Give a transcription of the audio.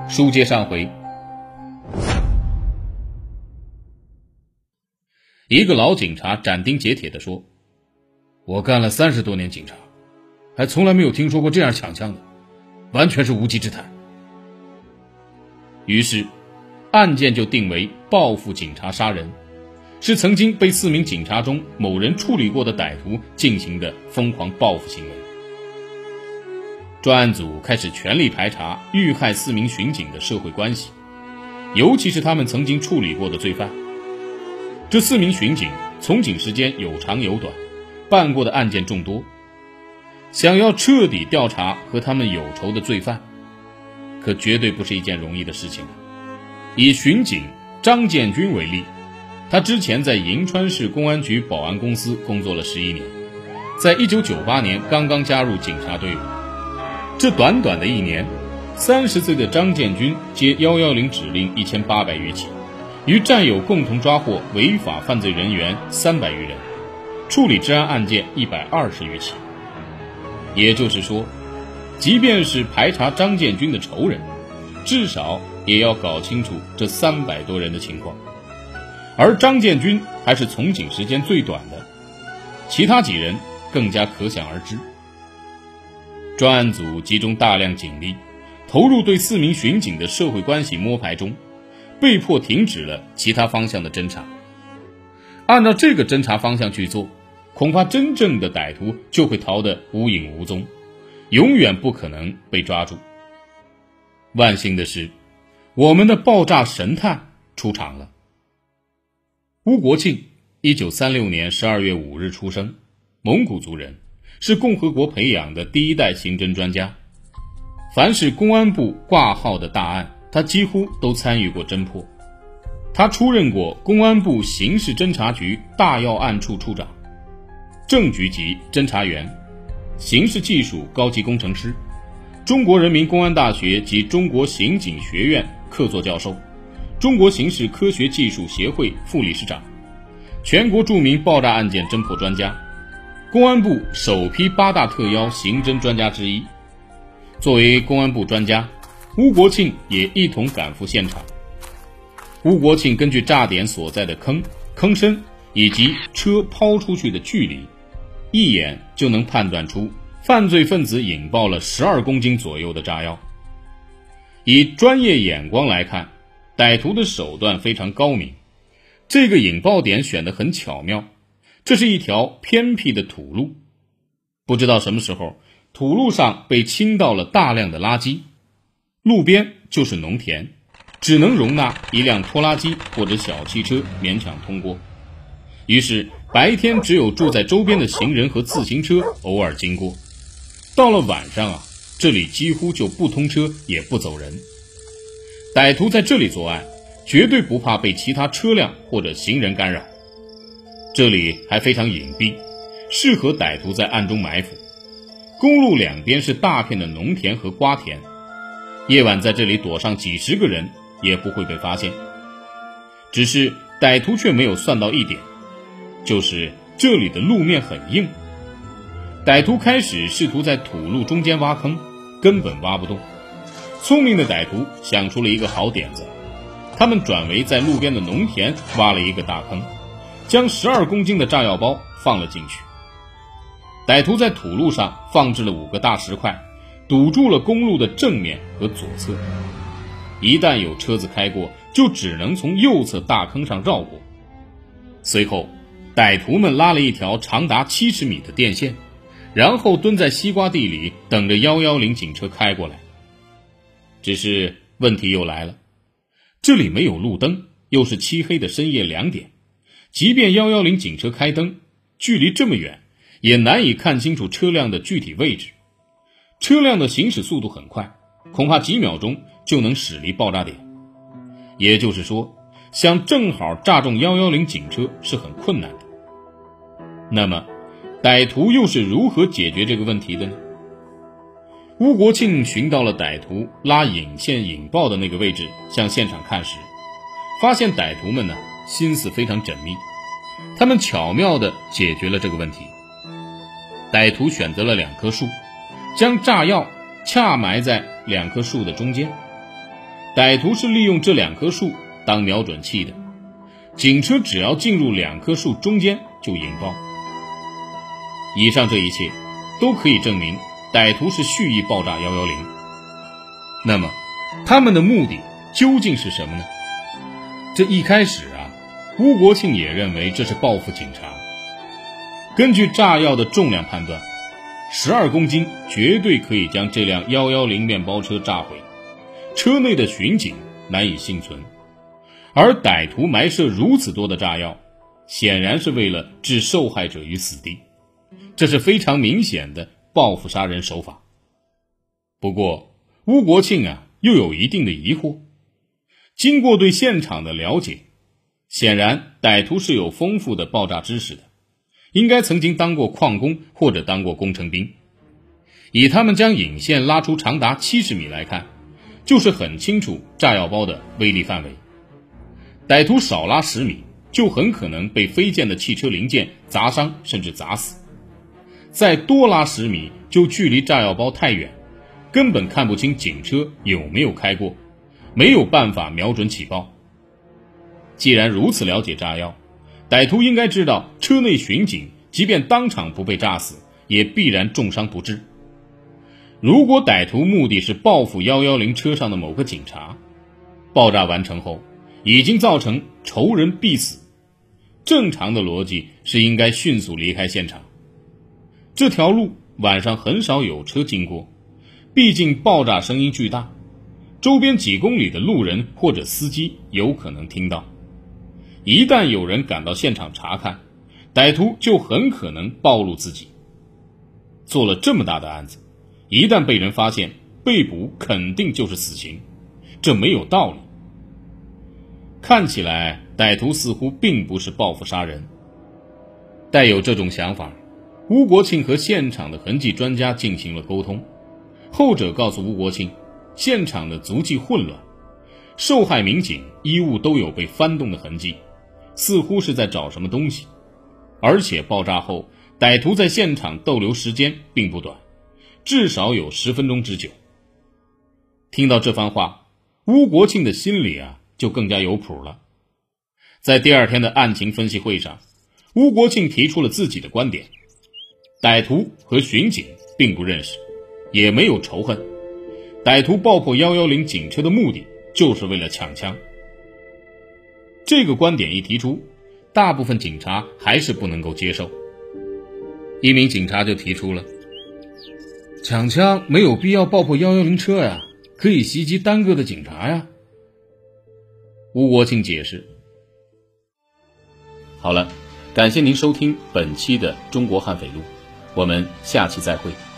书接上回，一个老警察斩钉截铁地说，我干了30多年警察，还从来没有听说过这样抢枪的，完全是无稽之谈。于是案件就定为报复警察杀人，是曾经被4名警察中某人处理过的歹徒进行的疯狂报复行为。专案组开始全力排查遇害4名巡警的社会关系，尤其是他们曾经处理过的罪犯。这4名巡警从警时间有长有短，办过的案件众多，想要彻底调查和他们有仇的罪犯，可绝对不是一件容易的事情。以巡警张建军为例，他之前在银川市公安局保安公司工作了11年，在1998年刚刚加入警察队伍。这短短的1年，30岁的张建军接110指令1800余起，与战友共同抓获违法犯罪人员300余人，处理治安案件120余起。也就是说，即便是排查张建军的仇人，至少也要搞清楚这300多人的情况。而张建军还是从警时间最短的，其他几人更加可想而知。专案组集中大量警力，投入对4名巡警的社会关系摸排中，被迫停止了其他方向的侦查。按照这个侦查方向去做，恐怕真正的歹徒就会逃得无影无踪，永远不可能被抓住。万幸的是，我们的爆炸神探出场了。邬国庆1936年12月5日出生，蒙古族人，是共和国培养的第1代刑侦专家。凡是公安部挂号的大案，他几乎都参与过侦破。他出任过公安部刑事侦查局大要案处处长、正局级侦查员、刑事技术高级工程师，中国人民公安大学及中国刑警学院客座教授，中国刑事科学技术协会副理事长，全国著名爆炸案件侦破专家，公安部首批8大特邀刑侦专家之一。作为公安部专家，邬国庆也一同赶赴现场。邬国庆根据炸点所在的坑身以及车抛出去的距离，一眼就能判断出犯罪分子引爆了12公斤左右的炸药。以专业眼光来看，歹徒的手段非常高明，这个引爆点选得很巧妙，这是一条偏僻的土路，不知道什么时候土路上被倾倒了大量的垃圾，路边就是农田，只能容纳一辆拖拉机或者小汽车勉强通过。于是白天只有住在周边的行人和自行车偶尔经过，到了晚上这里几乎就不通车也不走人。歹徒在这里作案，绝对不怕被其他车辆或者行人干扰。这里还非常隐蔽，适合歹徒在暗中埋伏。公路两边是大片的农田和瓜田，夜晚在这里躲上几10个人也不会被发现。只是歹徒却没有算到一点，就是这里的路面很硬。歹徒开始试图在土路中间挖坑，根本挖不动。聪明的歹徒想出了一个好点子，他们转为在路边的农田挖了一个大坑，将12公斤的炸药包放了进去。歹徒在土路上放置了5个大石块，堵住了公路的正面和左侧。一旦有车子开过，就只能从右侧大坑上绕过。随后，歹徒们拉了一条长达70米的电线，然后蹲在西瓜地里等着110警车开过来。只是问题又来了，这里没有路灯，又是漆黑的深夜2点，即便110警车开灯，距离这么远，也难以看清楚车辆的具体位置。车辆的行驶速度很快，恐怕几秒钟就能驶离爆炸点。也就是说，想正好炸中110警车是很困难的。那么，歹徒又是如何解决这个问题的呢？邬国庆寻到了歹徒拉引线引爆的那个位置，向现场看时，发现歹徒们心思非常缜密，他们巧妙地解决了这个问题。歹徒选择了2棵树，将炸药恰埋在2棵树的中间。 歹徒是利用这2棵树当瞄准器的，警车只要进入2棵树中间就引爆。以上这一切都可以证明歹徒是蓄意爆炸110。那么他们的目的究竟是什么呢？这一开始吴国庆也认为这是报复警察。根据炸药的重量判断，12公斤绝对可以将这辆110面包车炸毁，车内的巡警难以幸存。而歹徒埋设如此多的炸药，显然是为了置受害者于死地，这是非常明显的报复杀人手法。不过吴国庆又有一定的疑惑。经过对现场的了解，显然歹徒是有丰富的爆炸知识的，应该曾经当过矿工或者当过工程兵。以他们将引线拉出长达70米来看，就是很清楚炸药包的威力范围。歹徒少拉10米，就很可能被飞溅的汽车零件砸伤甚至砸死。再多拉10米，就距离炸药包太远，根本看不清警车有没有开过，没有办法瞄准起爆。既然如此了解炸药，歹徒应该知道车内巡警即便当场不被炸死，也必然重伤不治。如果歹徒目的是报复110车上的某个警察，爆炸完成后已经造成仇人必死，正常的逻辑是应该迅速离开现场。这条路晚上很少有车经过，毕竟爆炸声音巨大，周边几公里的路人或者司机有可能听到。一旦有人赶到现场查看，歹徒就很可能暴露自己。做了这么大的案子，一旦被人发现，被捕肯定就是死刑，这没有道理。看起来歹徒似乎并不是报复杀人。带有这种想法，吴国庆和现场的痕迹专家进行了沟通，后者告诉吴国庆，现场的足迹混乱，受害民警衣物都有被翻动的痕迹，似乎是在找什么东西，而且爆炸后歹徒在现场逗留时间并不短，至少有10分钟之久。听到这番话，吴国庆的心里就更加有谱了。在第2天的案情分析会上，吴国庆提出了自己的观点，歹徒和巡警并不认识，也没有仇恨，歹徒爆破110警车的目的就是为了抢枪。这个观点一提出，大部分警察还是不能够接受。一名警察就提出了，抢枪没有必要爆破110车呀，可以袭击单个的警察呀。吴国庆解释。好了，感谢您收听本期的中国悍匪录，我们下期再会。